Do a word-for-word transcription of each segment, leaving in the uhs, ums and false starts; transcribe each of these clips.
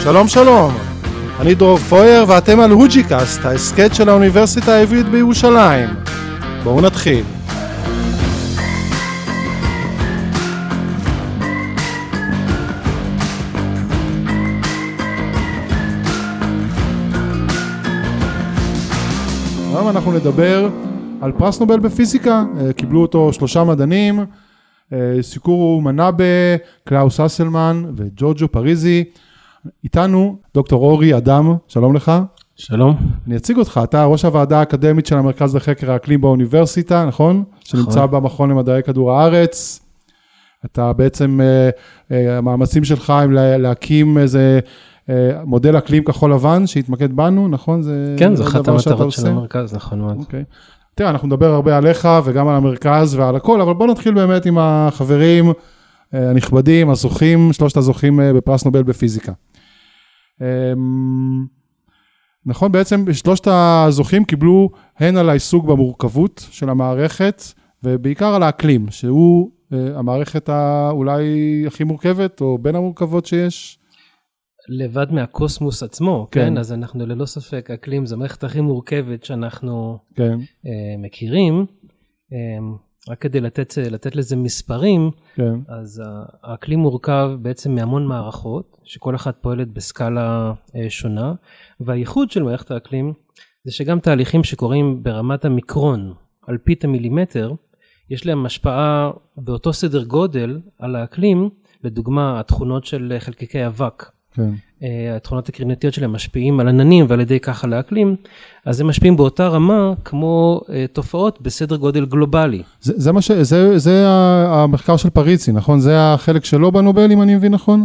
שלום שלום, אני דרור פויר ואתם על הוג'יקאסט, ההסקט של האוניברסיטה העברית בירושלים. בואו נתחיל. היום אנחנו נדבר על פרס נובל בפיזיקה, קיבלו אותו שלושה מדענים, סיקורו מנאבה, קלאוס אסלמן וג'ורג'ו פריזי. איתנו דוקטור אורי אדם, שלום לך. שלום. אני אציג אותך, אתה ראש הוועדה האקדמית של המרכז לחקר האקלים באוניברסיטה, נכון? שנמצא במכון למדעי כדור הארץ. אתה בעצם, המאמצים שלך הם להקים איזה מודל אקלים כחול לבן שהתמקד בנו, נכון? כן, זו אחת המטרות של המרכז, נכון מאוד. אוקיי. תראה, אנחנו נדבר הרבה עליך וגם על המרכז ועל הכל, אבל בואו נתחיל באמת עם החברים הנכבדים, הזוכים, שלושת הזוכים בפרס נובל בפיזיקה. נכון, בעצם שלושת הזוכים קיבלו הן על העיסוק במורכבות של המערכת, ובעיקר על האקלים, שהוא המערכת האולי הכי מורכבת, או בין המורכבות שיש. לבד מהקוסמוס עצמו, כן. כן? אז אנחנו ללא ספק, אקלים זו המערכת הכי מורכבת שאנחנו כן. uh, מכירים. Um, רק כדי לתת, לתת לזה מספרים, כן. אז uh, האקלים מורכב בעצם מהמון מערכות, שכל אחת פועלת בסקאלה uh, שונה, והייחוד של מערכת האקלים, זה שגם תהליכים שקורים ברמת המיקרון, על פית המילימטר, יש להם השפעה באותו סדר גודל על האקלים, לדוגמה, התכונות של חלקיקי אבק. כן. התכונות הקרינתיות שלהם משפיעים על עננים ועל ידי כך על האקלים, אז הם משפיעים באותה רמה כמו תופעות בסדר גודל גלובלי. זה, זה, מה ש, זה, זה המחקר של פריזי, נכון? זה החלק שלו בנובל, אם אני מבין נכון?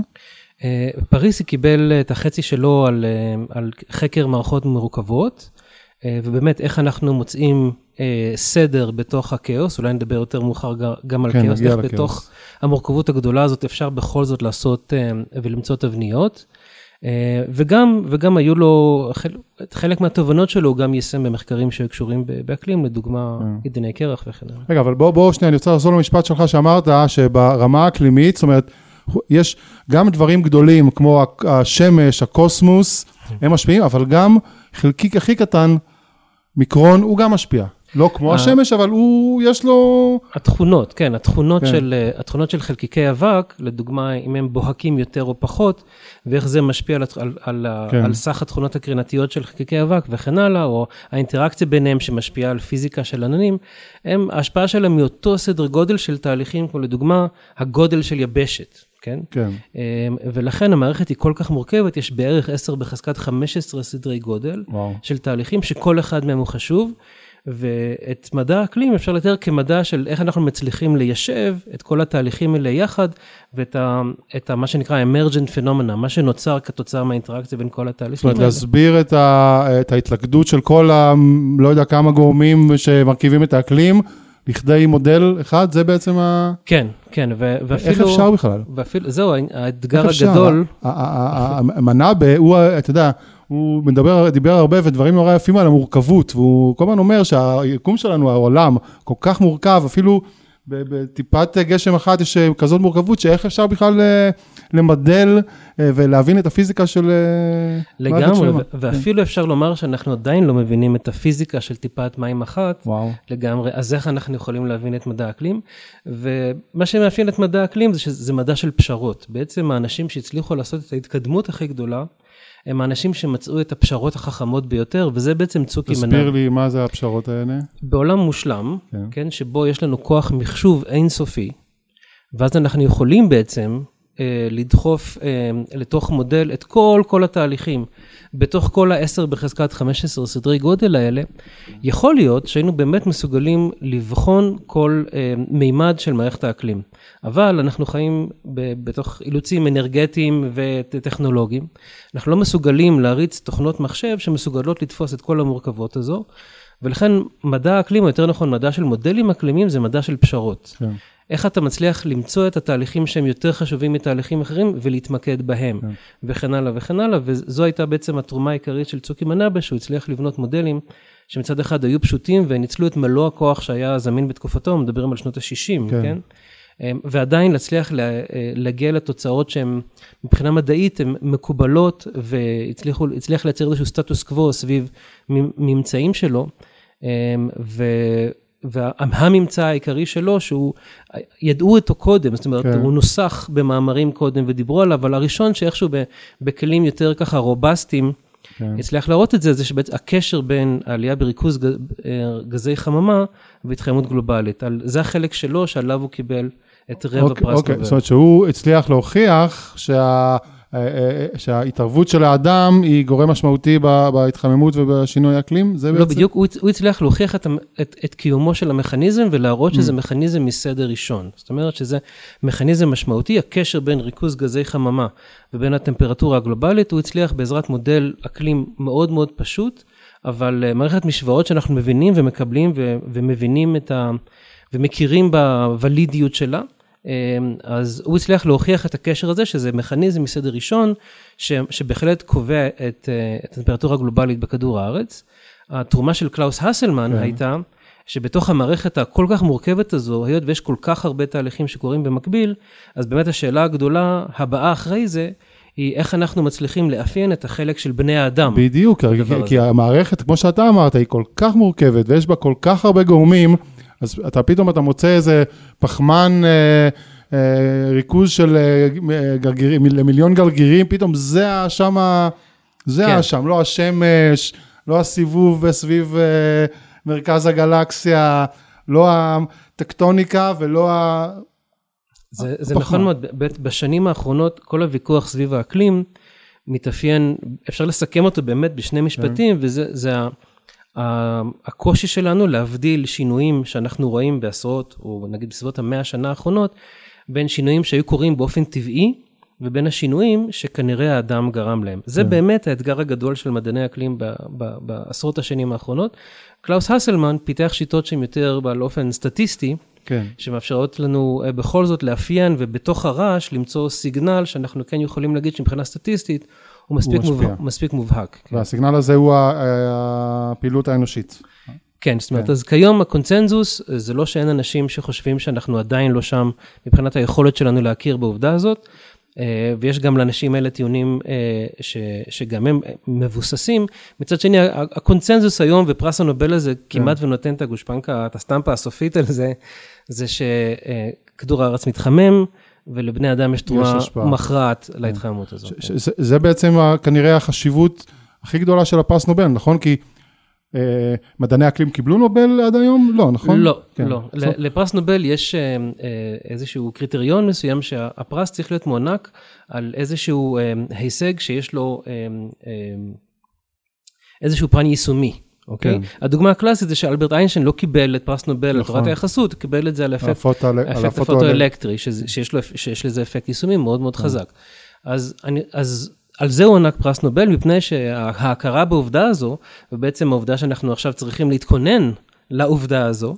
פריזי קיבל את החצי שלו על, על חקר מערכות מורכבות, ובאמת איך אנחנו מוצאים סדר בתוך הכאוס, אולי נדבר יותר מאוחר גם על כן, כאוס, איך בתוך המורכבות הגדולה הזאת אפשר בכל זאת לעשות ולמצוא תבניות, וגם, וגם היו לו, חלק מהתובנות שלו הוא גם יישם במחקרים שקשורים באקלים, לדוגמה עדני קרח וכן. רגע, אבל בוא, בוא שנייה, אני רוצה לחזור למשפט שלך שאמרת שברמה האקלימית, זאת אומרת, יש גם דברים גדולים כמו השמש, הקוסמוס, הם משפיעים, אבל גם חלקיק הכי קטן, מיקרון, הוא גם משפיע. לא כמו השמש, אבל הוא, יש לו... התכונות, כן, התכונות של, התכונות של חלקיקי אבק, לדוגמה, אם הם בוהקים יותר או פחות, ואיך זה משפיע על, על, על, על סך התכונות הקרינתיות של חלקיקי אבק וכן הלאה, או האינטראקציה ביניהם שמשפיעה על פיזיקה של עננים, הם, ההשפעה שלהם מאותו סדר גודל של תהליכים, כמו לדוגמה, הגודל של יבשת. כן? כן. ולכן המערכת היא כל כך מורכבת, יש בערך עשר בחזקת חמש עשרה סדרי גודל וואו. של תהליכים שכל אחד מהם הוא חשוב, ואת מדע האקלים אפשר לתאר כמדע של איך אנחנו מצליחים ליישב את כל התהליכים האלה יחד, ואת ה, את ה, מה שנקרא emergent phenomena, מה שנוצר כתוצאה מהאינטראקציה בין כל התהליכים. זאת אומרת, האלה. להסביר את, ה, את ההתלכדות של כל ה, לא יודע כמה גורמים שמרכיבים את האקלים, לכדי מודל אחד, זה בעצם ה... כן, כן, ואפילו... איך אפשר בכלל? ואפילו, זהו, האתגר הגדול... מנאבה, הוא, אתה יודע, הוא מדבר, דיבר הרבה ודברים נורא יפים על המורכבות, והוא כל הזמן אומר שהיקום שלנו, העולם, כל כך מורכב, אפילו בטיפת גשם אחת יש כזאת מורכבות, שאיך אפשר בכלל למדל ולהבין את הפיזיקה של... לגמרי, ואפילו אפשר לומר שאנחנו עדיין לא מבינים את הפיזיקה של טיפת מים אחת, לגמרי, אז איך אנחנו יכולים להבין את מדע האקלים, ומה שמאפיין את מדע האקלים זה שזה מדע של פשרות, בעצם האנשים שהצליחו לעשות את ההתקדמות הכי גדולה, הם האנשים שמצאו את הפשרות החכמות ביותר, וזה בעצם צוקי מנאבה. תסביר לי מה זה הפשרות האלה. בעולם מושלם, כן. כן, שבו יש לנו כוח מחשוב אינסופי, ואז אנחנו יכולים בעצם אה, לדחוף אה, לתוך מודל את כל, כל התהליכים, בתוך כל ה-עשר בחזקת חמש עשרה סדרי גודל האלה, יכול להיות שהיינו באמת מסוגלים לבחון כל אה, מימד של מערכת האקלים. אבל אנחנו חיים ב- בתוך אילוצים אנרגטיים וטכנולוגיים. אנחנו לא מסוגלים להריץ תוכנות מחשב שמסוגלות לתפוס את כל המורכבות הזו, ולכן מדע האקלים, או יותר נכון מדע של מודלים אקלימיים, זה מדע של פשרות. כן. איך אתה מצליח למצוא את התהליכים שהם יותר חשובים מתהליכים אחרים, ולהתמקד בהם, כן. וכן הלאה וכן הלאה, וזו הייתה בעצם התרומה העיקרית של צוקי מנאבה, שהוא הצליח לבנות מודלים, שמצד אחד היו פשוטים, וניצלו את מלוא הכוח שהיה זמין בתקופתו, מדברים על שנות ה-שישים, כן? כן? ועדיין להצליח להגיע לתוצאות שהן מבחינה מדעית, הן מקובלות, והצליח לייצר איזשהו סטטוס קוו סביב ממצאים שלו, ו... והממצא העיקרי שלו, שהוא, ידעו אותו קודם, זאת אומרת, כן. הוא נוסח במאמרים קודם ודיברו עליו, אבל הראשון שאיכשהו בכלים יותר ככה רובסטיים, כן. הצליח להראות את זה, זה שבעצם הקשר בין העלייה בריכוז גזי חממה והתחממות גלובלית. זה החלק שלו שעליו הוא קיבל את רבע אוקיי, פרס אוקיי. נובל. זאת אומרת שהוא הצליח להוכיח שה... שההתערבות של האדם היא גורם משמעותי בהתחממות ובשינוי האקלים? זה לא, בעצם? בדיוק, הוא, הוא הצליח להוכיח את, את, את קיומו של המכניזם, ולהראות שזה מכניזם מסדר ראשון. זאת אומרת שזה מכניזם משמעותי, הקשר בין ריכוז גזי חממה ובין הטמפרטורה הגלובלית, הוא הצליח בעזרת מודל אקלים מאוד מאוד פשוט, אבל מערכת משוואות שאנחנו מבינים ומקבלים ו, ומבינים את ה... ומכירים בוולידיות שלה, אז הוא הצליח להוכיח את הקשר הזה, שזה מכניזם מסדר ראשון, ש, שבהחלט קובע את, את הטמפרטורה הגלובלית בכדור הארץ. התרומה של קלאוס הסלמן כן. הייתה, שבתוך המערכת הכל כך מורכבת הזו, היות ויש כל כך הרבה תהליכים שקורים במקביל, אז באמת השאלה הגדולה הבאה אחרי זה, היא איך אנחנו מצליחים לאפיין את החלק של בני האדם. בדיוק, כי, כי המערכת, כמו שאתה אמרת, היא כל כך מורכבת, ויש בה כל כך הרבה גורמים, אז אתה פתאום אתה מוצא איזה פחמן אה, אה, ריכוז של אה, גרגירים, למיליון גרגירים, פתאום זה שם, זה כן. שם, לא השמש, לא הסיבוב סביב אה, מרכז הגלקסיה, לא הטקטוניקה ולא ה... זה, זה נכון מאוד, בשנים האחרונות כל הוויכוח סביב האקלים מתאפיין, אפשר לסכם אותו באמת בשני משפטים, כן. וזה זה ה... הקושי שלנו להבדיל שינויים שאנחנו רואים בעשרות, או נגיד בסביבות המאה השנה האחרונות, בין שינויים שהיו קורים באופן טבעי, ובין השינויים שכנראה האדם גרם להם. זה באמת האתגר הגדול של מדעני אקלים בעשרות השנים האחרונות. קלאוס הסלמן פיתח שיטות שהן יותר בעל אופן סטטיסטי, שמאפשרות לנו בכל זאת לאפיין, ובתוך הרעש למצוא סיגנל שאנחנו כן יכולים להגיד שמבחינה סטטיסטית, הוא מספיק, מובהק, מספיק מובהק. והסיגנל הזה הוא הפעילות האנושית. כן, זאת אומרת, אז כיום הקונצנזוס, זה לא שאין אנשים שחושבים שאנחנו עדיין לא שם, מבחינת היכולת שלנו להכיר בעובדה הזאת, ויש גם לאנשים האלה טיעונים שגם הם מבוססים. מצד שני, הקונצנזוס היום, ופרס הנובל הזה כמעט ונותן את הגושפנקה, את הסטמפה הסופית על זה, זה שכדור הארץ מתחמם, ולבני אדם יש תרומה מכרעת להתחממות הזאת. זה בעצם כנראה החשיבות הכי גדולה של הפרס נובל, נכון? כי מדעני אקלים קיבלו נובל עד היום? לא, נכון? לא, לא. לפרס נובל יש איזשהו קריטריון מסוים שהפרס צריך להיות מוענק על איזשהו הישג שיש לו איזשהו פן יישומי. אוקיי? הדוגמה הקלאסית זה שאלברט איינשטיין לא קיבל את פרס נובל לתורת היחסות, הוא קיבל את זה על האפקט הפוטואלקטרי, שיש לזה אפקט יישומי מאוד מאוד חזק. אז על זה הוא ענק פרס נובל, מפני שההכרה בעובדה הזו, ובעצם העובדה שאנחנו עכשיו צריכים להתכונן לעובדה הזו,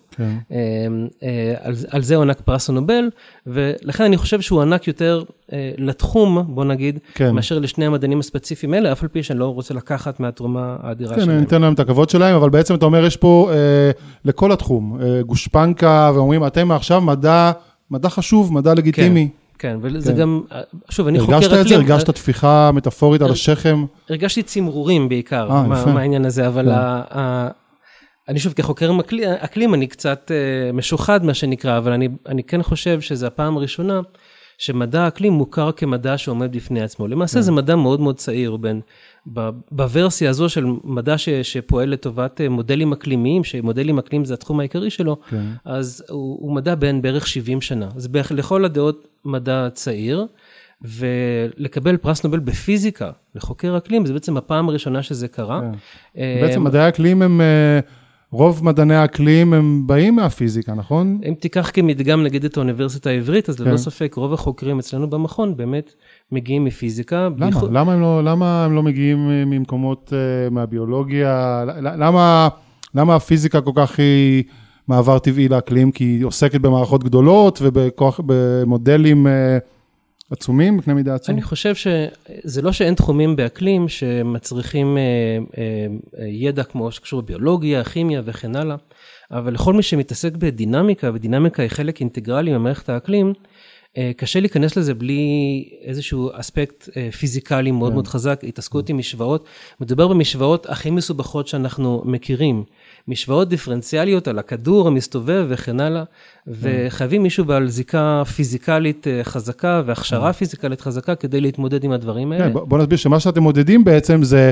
על זה הוא ענק פרס נובל, ולכן אני חושב שהוא ענק יותר לתחום, בוא נגיד, מאשר לשני המדענים הספציפיים האלה, אף על פי שאני לא רוצה לקחת מהתרומה האדירה שלהם. כן, ניתן להם את הכבוד שלהם, אבל בעצם אתה אומר, יש פה לכל התחום, גושפנקה, ואומרים, אתם עכשיו מדע, מדע חשוב, מדע לגיטימי. כן, וזה גם, שוב, אני חוקר אקלים. הרגשת את זה? הרגשת תפיחה מטאפורית על השכם? הרגשתי צמרורים בעיקר, מה העניין הזה, אבל אני שוב, כחוקר אקלים, אני קצת משוחד, מה שנקרא, אבל אני, אני כן חושב שזו הפעם הראשונה שמדע האקלים מוכר כמדע שעומד בפני עצמו. למעשה זה מדע מאוד מאוד צעיר, בין, בוורסיה הזו של מדע ש, שפועל לטובת מודלים אקלימיים, שמודלים אקלים זה התחום העיקרי שלו, אז הוא, הוא מדע בין בערך שבעים שנה. זה בערך לכל הדעות מדע צעיר, ולקבל פרס נובל בפיזיקה, לחוקר אקלים, זה בעצם הפעם הראשונה שזה קרה. בעצם מדעי האקלים הם... רוב מדעני האקלים הם באים מהפיזיקה, נכון? אם תיקח כמדגם נגיד את האוניברסיטה העברית, אז ללא ספק רוב החוקרים אצלנו במכון באמת מגיעים מפיזיקה. למה? למה הם לא, למה הם לא מגיעים ממקומות מהביולוגיה? למה, למה הפיזיקה כל כך היא מעבר טבעי לאקלים? כי היא עוסקת במערכות גדולות ובכוח, במודלים עצומים, בקנה מידה עצום? אני חושב שזה לא שאין תחומים באקלים שמצריכים ידע כמו שקשור בביולוגיה, כימיה וכן הלאה, אבל לכל מי שמתעסק בדינמיקה, ודינמיקה היא חלק אינטגרלי ממערכת האקלים, קשה להיכנס לזה בלי איזשהו אספקט פיזיקלי מאוד מאוד חזק, התעסקות עם משוואות, מדובר במשוואות הכי מסובכות שאנחנו מכירים, משוואות דיפרנציאליות על הכדור המסתובב וכן הלאה, וחייבים מישהו בעל זיקה פיזיקלית חזקה, והכשרה פיזיקלית חזקה כדי להתמודד עם הדברים האלה. בוא נסביר שמה שאתם מודדים בעצם זה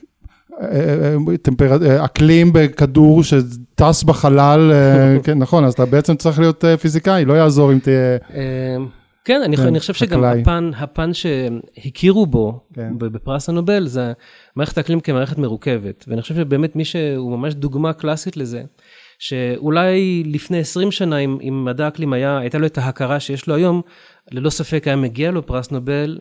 אקלים בכדור שטס בחלל, נכון, אז אתה בעצם צריך להיות פיזיקאי, לא יעזור אם תהיה... כן, אני חושב שגם הפן שהכירו בו בפרס הנובל, זה מערכת האקלים כמערכת מרוכבת, ואני חושב שבאמת מי שהוא ממש דוגמה קלאסית לזה, שאולי לפני עשרים שנה, אם מדע האקלים הייתה לו את ההכרה שיש לו היום, ללא ספק היה מגיע לו פרס נובל,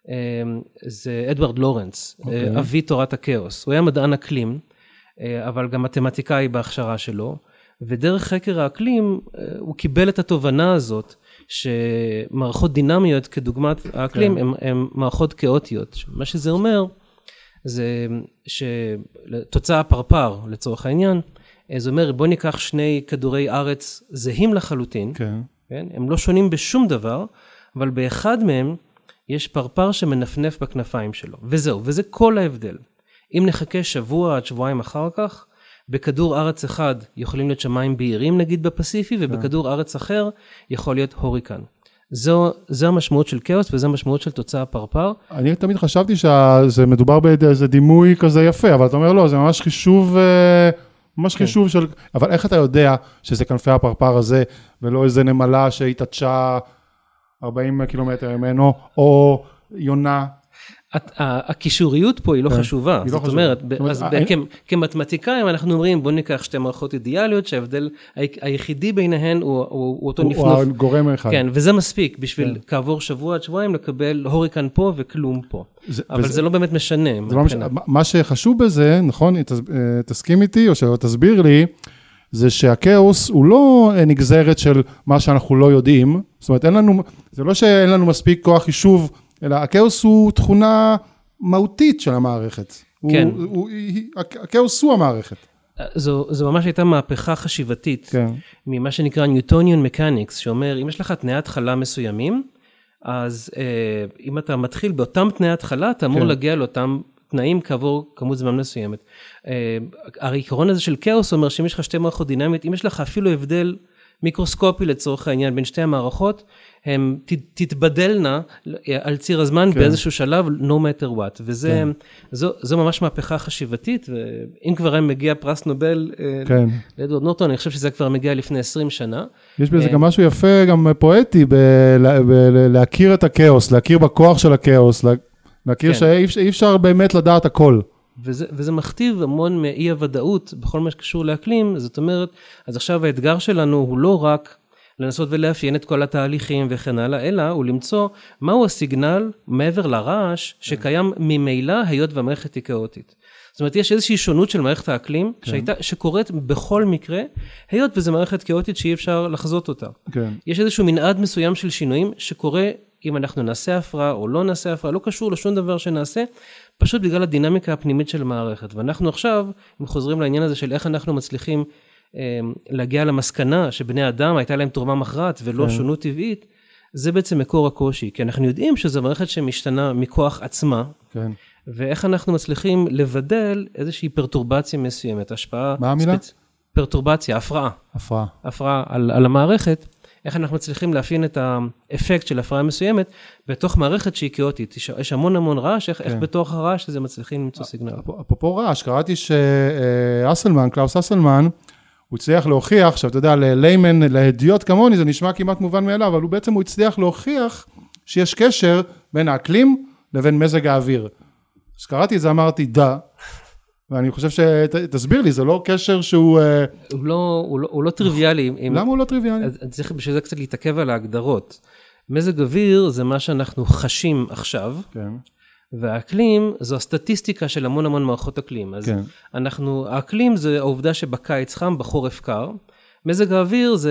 זה אדוארד לורנס, אבי תורת הכאוס. הוא היה מדען אקלים, אבל גם מתמטיקאי בהכשרה שלו, ודרך חקר האקלים הוא קיבל את התובנה הזאת, שמערכות דינמיות כדוגמת האקלים הן מערכות כאוטיות. מה שזה אומר, זה שתוצאה פרפר לצורך העניין, זה אומר בוא ניקח שני כדורי ארץ זהים לחלוטין, הם לא שונים בשום דבר, אבל באחד מהם יש פרפר שמנפנף בכנפיים שלו, וזהו, וזה כל ההבדל. אם נחכה שבוע עד שבועיים אחר כך, בכדור ארץ אחד יכולים להיות שמיים בהירים נגיד בפסיפי, ובכדור ארץ אחר יכול להיות הוריקן. זו, זו המשמעות של כאוס, וזו המשמעות של תוצאה פרפר. אני תמיד חשבתי שזה מדובר באיזה דימוי כזה יפה, אבל אתה אומר לא, זה ממש חישוב, ממש חישוב של, אבל איך אתה יודע שזה כנפי הפרפר הזה, ולא איזה נמלה שהתעטשה ארבעים קילומטר ממנו, או יונה? הקישוריות פה היא לא חשובה, זאת אומרת, כמתמטיקאים אנחנו אומרים, בוא ניקח שתי מערכות אידיאליות, שההבדל היחידי ביניהן הוא אותו נפנוף. הוא הגורם האחד. כן, וזה מספיק, בשביל כעבור שבוע עד שבועיים לקבל הוריקן פה וכלום פה. אבל זה לא באמת משנה. מה שחשוב בזה, נכון, תסכים איתי, או שתסביר לי, זה שהכאוס הוא לא נגזרת של מה שאנחנו לא יודעים, זאת אומרת, אין לנו, זה לא שאין לנו מספיק כוח חישוב, אלא הכאוס הוא תכונה מהותית של המערכת. כן. הוא, הוא, הכאוס הוא המערכת. זו, זו ממש הייתה מהפכה חשיבתית, כן. ממה שנקרא ניוטוניון מקניקס, שאומר, אם יש לך תנאי התחלה מסוימים, אז אה, אם אתה מתחיל באותם תנאי התחלה, אתה אמור כן. להגיע לאותם תנאים כעבור כמות זמן מסוימת. אה, העיקרון הזה של כאוס אומר שאם יש לך שתי מערכות דינמיות, אם יש לך אפילו הבדל מיקרוסקופי לצורך העניין בין שתי המערכות, הן תתבדלנה על ציר הזמן כן. באיזשהו שלב, no matter what, וזה כן. זו, זו ממש מהפכה חשיבתית, ואם כבר הם מגיע פרס נובל כן. לאדוארד נורטון, אני חושב שזה כבר מגיע לפני עשרים שנה. יש בזה גם משהו יפה, גם פואטי, להכיר את הכאוס, להכיר בכוח של הכאוס, להכיר כן. שאי אפשר באמת לדעת הכל. וזה, וזה מכתיב המון מאי הוודאות בכל מה שקשור לאקלים, זאת אומרת, אז עכשיו האתגר שלנו הוא לא רק לנסות ולאפיין את כל התהליכים וכן הלאה, אלא הוא למצוא מהו הסיגנל מעבר לרעש שקיים ממילא היות והמערכת היא כאוטית. זאת אומרת, יש איזושהי שונות של מערכת האקלים שהייתה, שקורית בכל מקרה, היות וזו מערכת כאוטית שאי אפשר לחזות אותה. כן. יש איזשהו מנעד מסוים של שינויים שקורה אם אנחנו נעשה הפרעה או לא נעשה הפרעה, לא קשור לשום דבר שנעשה, פשוט בגלל הדינמיקה הפנימית של המערכת. ואנחנו עכשיו, אם חוזרים לעניין הזה של איך אנחנו מצליחים אה, להגיע למסקנה שבני אדם הייתה להם תרומה מכרעת ולא כן. שונות טבעית, זה בעצם מקור הקושי, כי אנחנו יודעים שזו מערכת שמשתנה מכוח עצמה, כן. ואיך אנחנו מצליחים לבדל איזושהי פרטורבציה מסוימת, השפעה... מה המילה? ספצ... פרטורבציה, הפרעה. הפרעה. הפרעה על, על המערכת, איך אנחנו מצליחים להפיין את האפקט של הפרעה מסוימת, בתוך מערכת שהיא כאוטית. יש, יש המון המון רעש, איך, כן. איך בתוך הרעש הזה מצליחים למצוא סיגנל. אפרופו רעש, קראתי שאסלמן, קלאוס אסלמן, הוא הצליח להוכיח, עכשיו אתה יודע, לליימן, להדיוט כמוני, זה נשמע כמעט מובן מאליו, אבל הוא בעצם הוא הצליח להוכיח שיש קשר בין האקלים לבין מזג האוויר. אז קראתי את זה, אמרתי, דה, ואני חושב שתסביר לי, זה לא קשר שהוא... הוא לא, הוא לא, הוא לא טריוויאלי. למה הוא לא טריוויאלי? צריך בשביל זה קצת להתעכב על ההגדרות. מזג אוויר זה מה שאנחנו חשים עכשיו, כן. והאקלים זו הסטטיסטיקה של המון המון מערכות אקלים. אז כן. אנחנו, האקלים זה העובדה שבקיץ חם, בחורף קר. מזג האוויר זה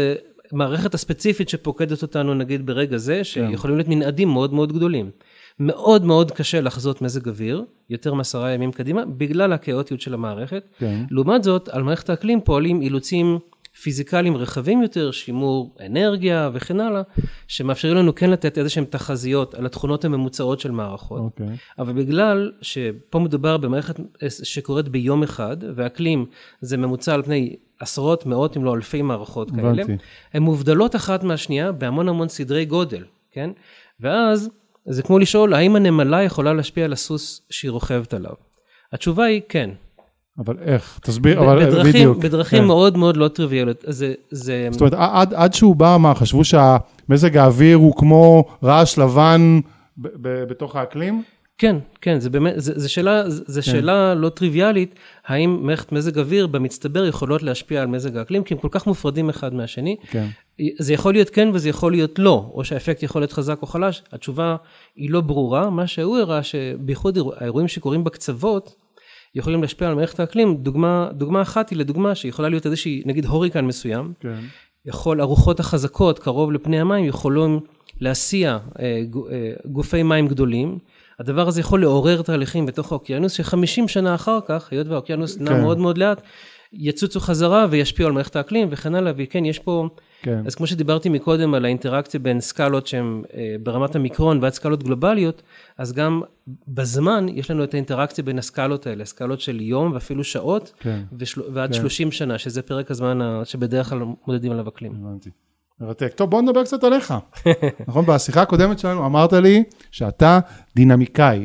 המערכת הספציפית שפוקדת אותנו נגיד ברגע זה, שיכולים להיות מנעדים מאוד מאוד גדולים. מאוד מאוד קשה לחזות מזג אוויר, יותר מעשרה ימים קדימה, בגלל הכאוטיות של המערכת. כן. לעומת זאת, על מערכת האקלים פועלים אילוצים פיזיקליים רחבים יותר, שימור אנרגיה וכן הלאה, שמאפשרים לנו כן לתת איזשהם תחזיות על התכונות הממוצעות של מערכות. אוקיי. אבל בגלל שפה מדובר במערכת שקורית ביום אחד, והאקלים זה ממוצע על פני עשרות, מאות, אם לא אלפי מערכות כאלה, הן מובדלות אחת מהשנייה בהמון המון סדרי גודל, כן? ואז זה כמו לשאול, האם הנמלה יכולה להשפיע על הסוס שהיא רוכבת עליו? התשובה היא כן. אבל איך? תסביר, אבל בדרכים, בדיוק. בדרכים כן. מאוד מאוד לא טריוויאליות. זה, זה... זאת אומרת, עד, עד שהוא בא, מה, חשבו שהמזג האוויר הוא כמו רעש לבן ב- ב- בתוך האקלים? כן, כן, זה באמת, זה, זה שאלה, זה כן. שאלה לא טריוויאלית, האם מערכת מזג אוויר במצטבר יכולות להשפיע על מזג האקלים, כי הם כל כך מופרדים אחד מהשני. כן. זה יכול להיות כן וזה יכול להיות לא, או שהאפקט יכול להיות חזק או חלש. התשובה היא לא ברורה, מה שהוא הראה שבייחוד האירועים שקורים בקצוות, יכולים להשפיע על מערכת האקלים. דוגמה, דוגמה אחת היא לדוגמה שיכולה להיות איזושהי, נגיד הוריקן מסוים, כן. יכול, הרוחות החזקות קרוב לפני המים יכולים להסיע אה, גופי מים גדולים, הדבר הזה יכול לעורר תהליכים בתוך האוקיינוס, ש-חמישים שנה אחר כך, היות והאוקיינוס כן. נע מאוד מאוד לאט, יצוצו חזרה וישפיעו על מערכת האקלים וכן הלאה, וכן, יש פה, כן. אז כמו שדיברתי מקודם על האינטראקציה בין סקלות שהן אה, ברמת המיקרון ועד סקלות גלובליות, אז גם בזמן יש לנו את האינטראקציה בין הסקלות האלה, סקלות של יום ואפילו שעות, כן. ושל... ועד כן. שלושים שנה, שזה פרק הזמן ה... שבדרך כלל מודדים עליו אקלים. הבנתי. מרתק. טוב, בוא נדבר קצת עליך. נכון, בשיחה הקודמת שלנו אמרת לי שאתה דינמיקאי.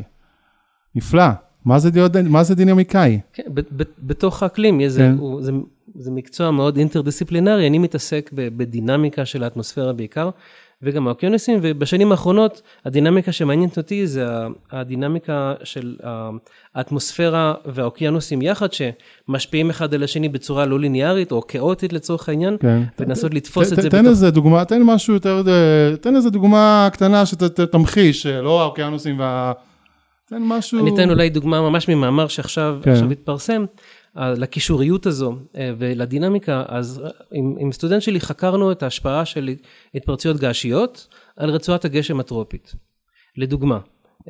נפלא. מה זה, דיוד, מה זה דינמיקאי? כן, ב- ב- בתוך האקלים, כן. זה, הוא, זה, זה מקצוע מאוד אינטרדיסציפלינרי, אני מתעסק ב- בדינמיקה של האטמוספירה בעיקר, וגם האוקיינוסים, ובשנים האחרונות, הדינמיקה שמעניינת אותי, זה הדינמיקה של האטמוספירה והאוקיינוסים יחד, שמשפיעים אחד על השני בצורה לא ליניארית, או כאוטית לצורך העניין, כן. ולנסות לתפוס ת, את ת, זה. תן בתוך... איזה דוגמה, תן משהו יותר, תן איזה דוגמה קטנה שתמחיש, לא האוקיינוסים וה... תן משהו... אני אתן אולי דוגמה ממש ממאמר שעכשיו כן. עכשיו התפרסם, לקישוריות הזו ולדינמיקה. אז עם, עם סטודנט שלי חקרנו את ההשפעה של התפרצויות געשיות על רצועת הגשם הטרופית. לדוגמה,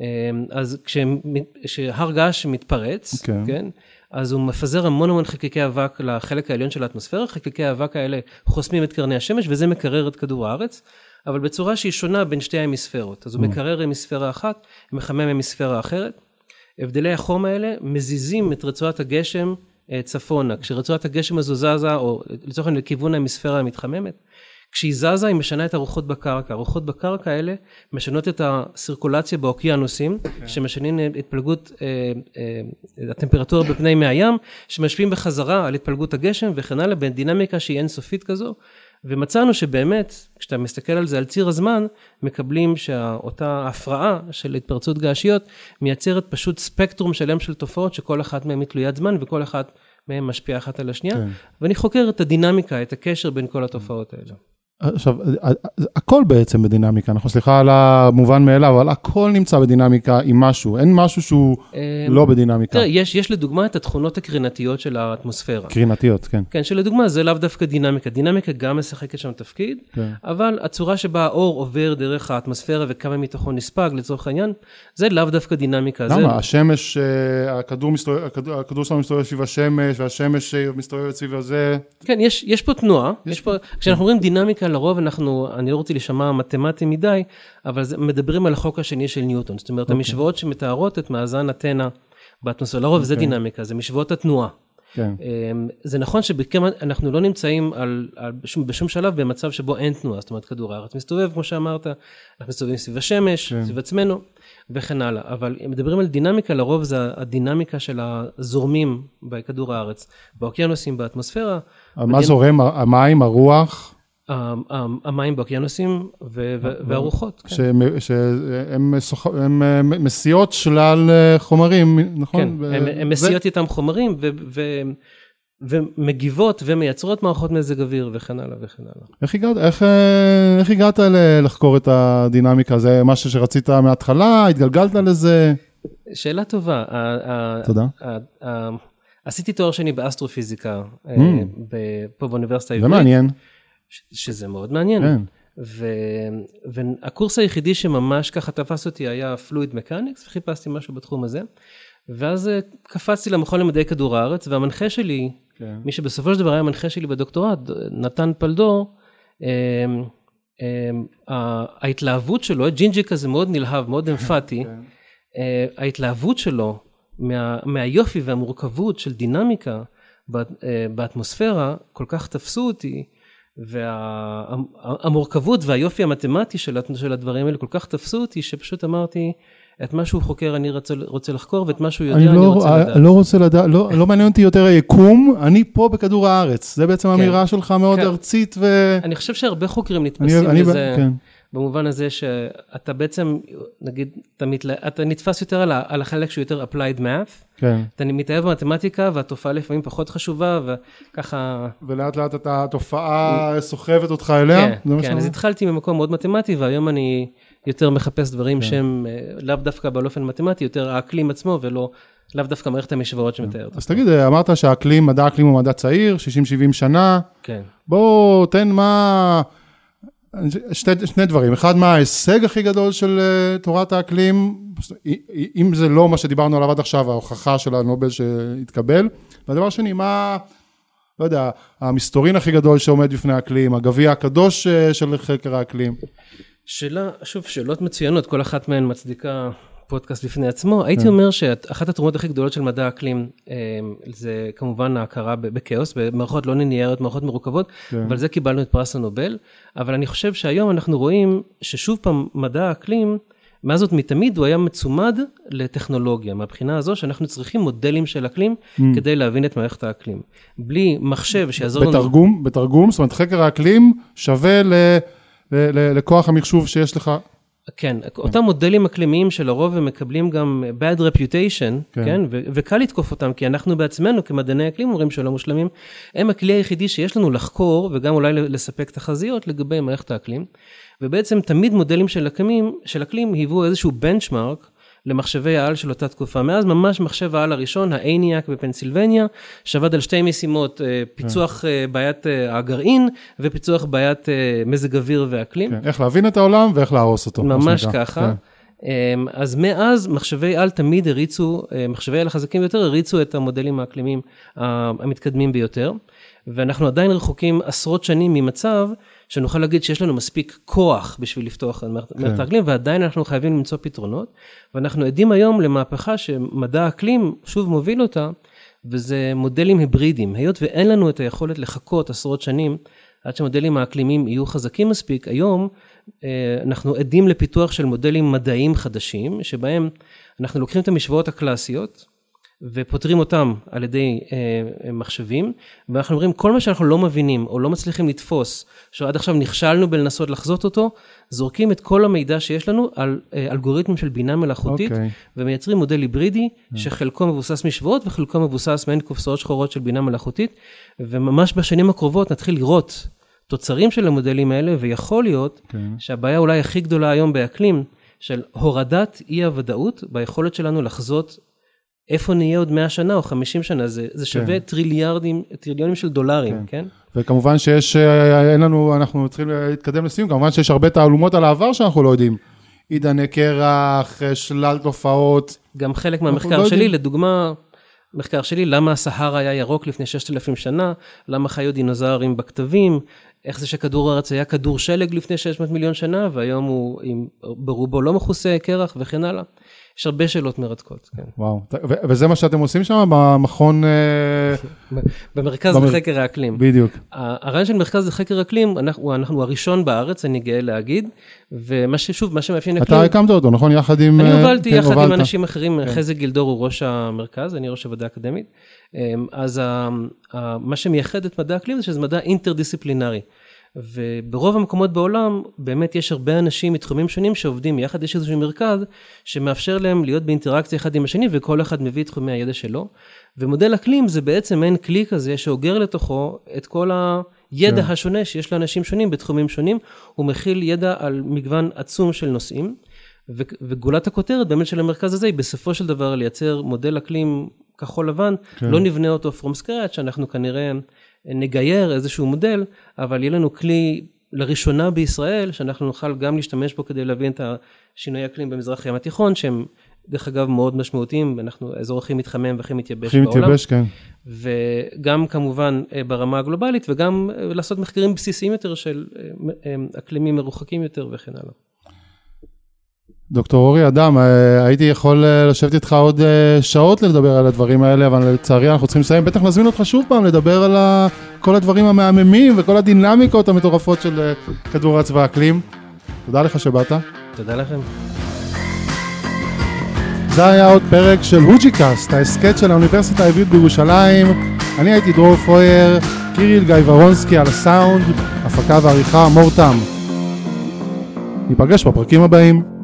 אז כשהר געש מתפרץ, כן. כן, אז הוא מפזר המון המון חלקיקי אבק לחלק העליון של האטמוספירה, חלקיקי האבק האלה חוסמים את קרני השמש, וזה מקרר את כדור הארץ, אבל בצורה שהיא שונה בין שתי ההמיספרות. אז הוא מקרר המיספרה אחת, מחמם המיספרה אחרת. הבדלי החום האלה מזיזים את רצועת הגשם צפונה. כשרצועת הגשם הזו זזה, או לצורך העניין לכיוון ההמיספרה המתחממת, כשהיא זזה, היא משנה את הרוחות בקרקע. הרוחות בקרקע האלה משנות את הסירקולציה באוקיינוסים, okay. שמשנים התפלגות, אה, אה, הטמפרטורה בפני מי הים, שמשפיעים בחזרה על התפלגות הגשם, וכן הלאה, בין דינמיקה שהיא אינסופית כזו, ומצאנו שבאמת, כשאתה מסתכל על זה על ציר הזמן, מקבלים שאותה הפרעה של התפרצות געשיות, מייצרת פשוט ספקטרום שלם של תופעות, שכל אחת מהן היא תלוית זמן, וכל אחת מהן משפיעה אחת על השנייה, כן. ואני חוקר את הדינמיקה, את הקשר בין כל התופעות האלה. עכשיו, הכל בעצם בדינמיקה, אנחנו סליחה על המובן מאליו, אבל הכל נמצא בדינמיקה עם משהו, אין משהו שהוא לא בדינמיקה. תראה, יש, יש לדוגמה את התכונות הקרינתיות של האטמוספירה. קרינתיות, כן. כן, שלדוגמה זה לאו דווקא דינמיקה, דינמיקה גם משחקת שם תפקיד, כן. אבל הצורה שבה האור עובר דרך האטמוספירה וכמה מתוכו נספג לצורך העניין, זה לאו דווקא דינמיקה. למה? זה... השמש, הכדור, מסתובב, הכדור, הכדור שלנו מסתובב סביב השמש, והשמש מסתובבת סביב זה. כן, יש, יש פה תנועה, יש... יש פה... כשאנחנו אומרים דינמיקה, לרוב אנחנו, אני לא רוצה לשמע מתמטי מדי, אבל זה, מדברים על החוק השני של ניוטון. זאת אומרת, okay. המשוואות שמתארות את מאזן אתנה באטמוספירה, לרוב okay. זה דינמיקה, זה משוואות התנועה. Okay. זה נכון שאנחנו לא נמצאים על, על, בשום, בשום שלב במצב שבו אין תנועה, זאת אומרת, כדור הארץ מסתובב, כמו שאמרת, אנחנו מסתובבים סביב השמש, okay. סביב עצמנו, וכן הלאה. אבל מדברים על דינמיקה, לרוב זה הדינמיקה של הזורמים בכדור הארץ, באוקיינוסים, באטמוספירה. מה זורם? המים, הרוח? המים באוקיינוסים והרוחות. שהן מסיעות שלל חומרים, נכון? כן, הן מסיעות איתם חומרים ומגיבות ומייצרות מערכות מזג אוויר וכן הלאה וכן הלאה. איך הגעת לחקור את הדינמיקה? זה משהו שרצית מההתחלה? התגלגלת לזה? שאלה טובה. תודה. עשיתי תואר שני באסטרופיזיקה פה באוניברסיטה העברית. זה מעניין. שזה מאוד מעניין. כן. והקורס היחידי שממש ככה תפס אותי היה Fluid Mechanics, וחיפשתי משהו בתחום הזה, ואז קפצתי למכון למדעי כדור הארץ, והמנחה שלי, כן. מי שבסופו של דבר היה המנחה שלי בדוקטורט, נתן פלדור, ההתלהבות שלו, ג'ינג'י כזה מאוד נלהב, מאוד אמפתי, ההתלהבות שלו מהיופי והמורכבות של דינמיקה באטמוספירה, כל כך תפסו אותי, והמורכבות והיופי המתמטי של הדברים האלה כל כך תפסו אותי, שפשוט אמרתי, את מה שהוא חוקר אני רוצה לחקור, ואת מה שהוא יודע אני רוצה לדעת. אני לא רוצה לדעת, לא מעניין אותי יותר היקום, אני פה בכדור הארץ. זה בעצם אמירה שלך מאוד ארצית ו... אני חושב שהרבה חוקרים נתפסים לזה, במובן הזה שאתה בעצם, נגיד, אתה נתפס יותר על החלק שהוא יותר applied math, אתה מתאהב במתמטיקה, והתופעה לפעמים פחות חשובה, וככה... ולאט לאט אתה, התופעה סוחבת אותך אליה? כן, אז התחלתי ממקום מאוד מתמטי, והיום אני יותר מחפש דברים שהם לאו דווקא באופן מתמטי, יותר האקלים עצמו, ולא לאו דווקא מערכת המשוואות שמתארת. אז תגיד, אמרת שהאקלים, מדע האקלים הוא מדע צעיר, שישים שבעים שנה. כן. בוא, תן מה... שני, שני דברים. אחד, מה ההישג הכי גדול של uh, תורת האקלים, אם זה לא מה שדיברנו עליו עד עכשיו, ההוכחה של הנובל שהתקבל. והדבר שני, מה, לא יודע, המסתורין הכי גדול שעומד בפני האקלים, הגביע הקדוש uh, של חקר האקלים. שאלה, שוב, שאלות מצוינות, כל אחת מהן מצדיקה פודקאסט בפני עצמו. הייתי אומר שאחת התרומות הכי גדולות של מדע האקלים, זה כמובן ההכרה בכאוס, במערכות לא ליניאריות, מערכות מורכבות, אבל זה קיבלנו את פרס הנובל. אבל אני חושב שהיום אנחנו רואים ששוב פעם מדע האקלים, מאז זאת מתמיד הוא היה מצומד לטכנולוגיה, מהבחינה הזו שאנחנו צריכים מודלים של אקלים, כדי להבין את מערכת האקלים. בלי מחשב שיעזור לנו... בתרגום, בתרגום, זאת אומרת, חקר האקלים שווה ל... לכוח המחשוב שיש לך. כן, אותם מודלים אקלימיים שלרוב הם מקבלים גם bad reputation, כן, וקל לתקוף אותם, כי אנחנו בעצמנו כמדעני אקלים אומרים שלא מושלמים, הם הכלי היחידי שיש לנו לחקור, וגם אולי לספק תחזיות לגבי מערכת האקלים, ובעצם תמיד מודלים של אקלים, של אקלים היוו איזשהו benchmark, למחשבי העל של אותה תקופה. מאז ממש מחשב העל הראשון, האניאק בפנסילבניה, שעבד על שתי משימות, פיצוח בעיית הגרעין, ופיצוח בעיית מזג אוויר ואקלים. כן, איך להבין את העולם ואיך להרוס אותו. ממש ככה. כן. אז מאז מחשבי על תמיד הריצו, מחשבי על החזקים ביותר, הריצו את המודלים האקלימיים המתקדמים ביותר, ואנחנו עדיין רחוקים עשרות שנים ממצב, שנוכל להגיד שיש לנו מספיק כוח בשביל לפתוח את מערכת האקלים, ועדיין אנחנו חייבים למצוא פתרונות, ואנחנו עדים היום למהפכה שמדע האקלים שוב מוביל אותה, וזה מודלים היברידיים, היות ואין לנו את היכולת לחכות עשרות שנים, עד שמודלים האקלימיים יהיו חזקים מספיק, היום אנחנו עדים לפיתוח של מודלים מדעיים חדשים, שבהם אנחנו לוקחים את המשוואות הקלאסיות, ופותרים אותם על ידי אה, מחשבים, ואנחנו אומרים, כל מה שאנחנו לא מבינים, או לא מצליחים לתפוס, שעד עכשיו נכשלנו בלנסות לחזות אותו, זורקים את כל המידע שיש לנו על אה, אלגוריתמים של בינה מלאכותית, okay. ומייצרים מודל היברידי, yeah. שחלקו מבוסס משוואות, וחלקו מבוסס מעין קופסאות שחורות של בינה מלאכותית, וממש בשנים הקרובות נתחיל לראות תוצרים של המודלים האלה, ויכול להיות okay. שהבעיה אולי הכי גדולה היום באקלים, של הורדת אי הוודאות, ביכולת שלנו לחזות איפה נהיה עוד מאה שנה או חמישים שנה, זה, זה שווה כן. טריליארדים, טריליונים של דולרים, כן. כן? וכמובן שיש, אין לנו, אנחנו צריכים להתקדם לסיום, כמובן שיש הרבה תעלומות על העבר שאנחנו לא יודעים. עידני קרח, שלל תופעות. גם חלק מהמחקר לא שלי, יודעים. לדוגמה, מחקר שלי, למה הסהרה היה ירוק לפני ששת אלפים שנה, למה חיו דינוזאורים בכתבים, איך זה שכדור הארץ היה כדור שלג לפני שש מאות מיליון שנה, והיום הוא עם, ברובו לא מכוסה קרח וכן הלאה. יש הרבה שאלות מרתקות, כן. וואו, וזה מה שאתם עושים שם במכון... במרכז לחקר האקלים. בדיוק. הרעיון של מרכז לחקר האקלים, אנחנו, אנחנו הראשון בארץ, אני גאה להגיד, ומה ששוב, מה שמאפיין אקלים... אתה הקמת אותו, נכון? יחד עם... אני הובלתי יחד עם אנשים אחרים, חזי גילדור הוא ראש המרכז, אני ראש הוועדה האקדמית, אז מה שמייחד את מדע האקלים זה שזה מדע אינטרדיסציפלינרי. וברוב המקומות בעולם, באמת יש הרבה אנשים מתחומים שונים שעובדים יחד, יש איזשהו מרכז שמאפשר להם להיות באינטראקציה אחד עם השני, וכל אחד מביא את תחומי הידע שלו. ומודל אקלים זה בעצם אין כלי כזה שאוגר לתוכו את כל הידע yeah. השונה שיש לאנשים שונים בתחומים שונים, הוא מכיל ידע על מגוון עצום של נושאים, וגולת הכותרת באמת של המרכז הזה היא בסופו של דבר לייצר מודל אקלים כחול לבן, כן. לא נבנה אותו from scratch, אנחנו כנראה נגייר איזשהו מודל, אבל יהיה לנו כלי לראשונה בישראל, שאנחנו נוכל גם להשתמש בו כדי להבין את השינוי האקלים במזרח הים התיכון, שהם דרך אגב מאוד משמעותיים, אנחנו האזור הכי מתחמם והכי מתייבש הכי בעולם. מתייבש, כן. וגם כמובן ברמה הגלובלית, וגם לעשות מחקרים בסיסיים יותר של אקלימים מרוחקים יותר וכן הלאה. דוקטור אורי אדם, הייתי יכול לשבת איתך עוד שעות לדבר על הדברים האלה, אבל לצערי אנחנו צריכים לסיים. בטח נזמין אותך שוב פעם לדבר על כל הדברים המהממים וכל הדינמיקות המטורפות של כדור הארץ והאקלים. תודה לך שבאת. תודה לכם. זה היה עוד פרק של הוג'יקאסט, ההסקט של האוניברסיטה העברית בירושלים. אני הייתי דרור פרויר, קיריל גיא ורונסקי על הסאונד, הפקה ועריכה מורתם. ניפגש בפרקים הבאים.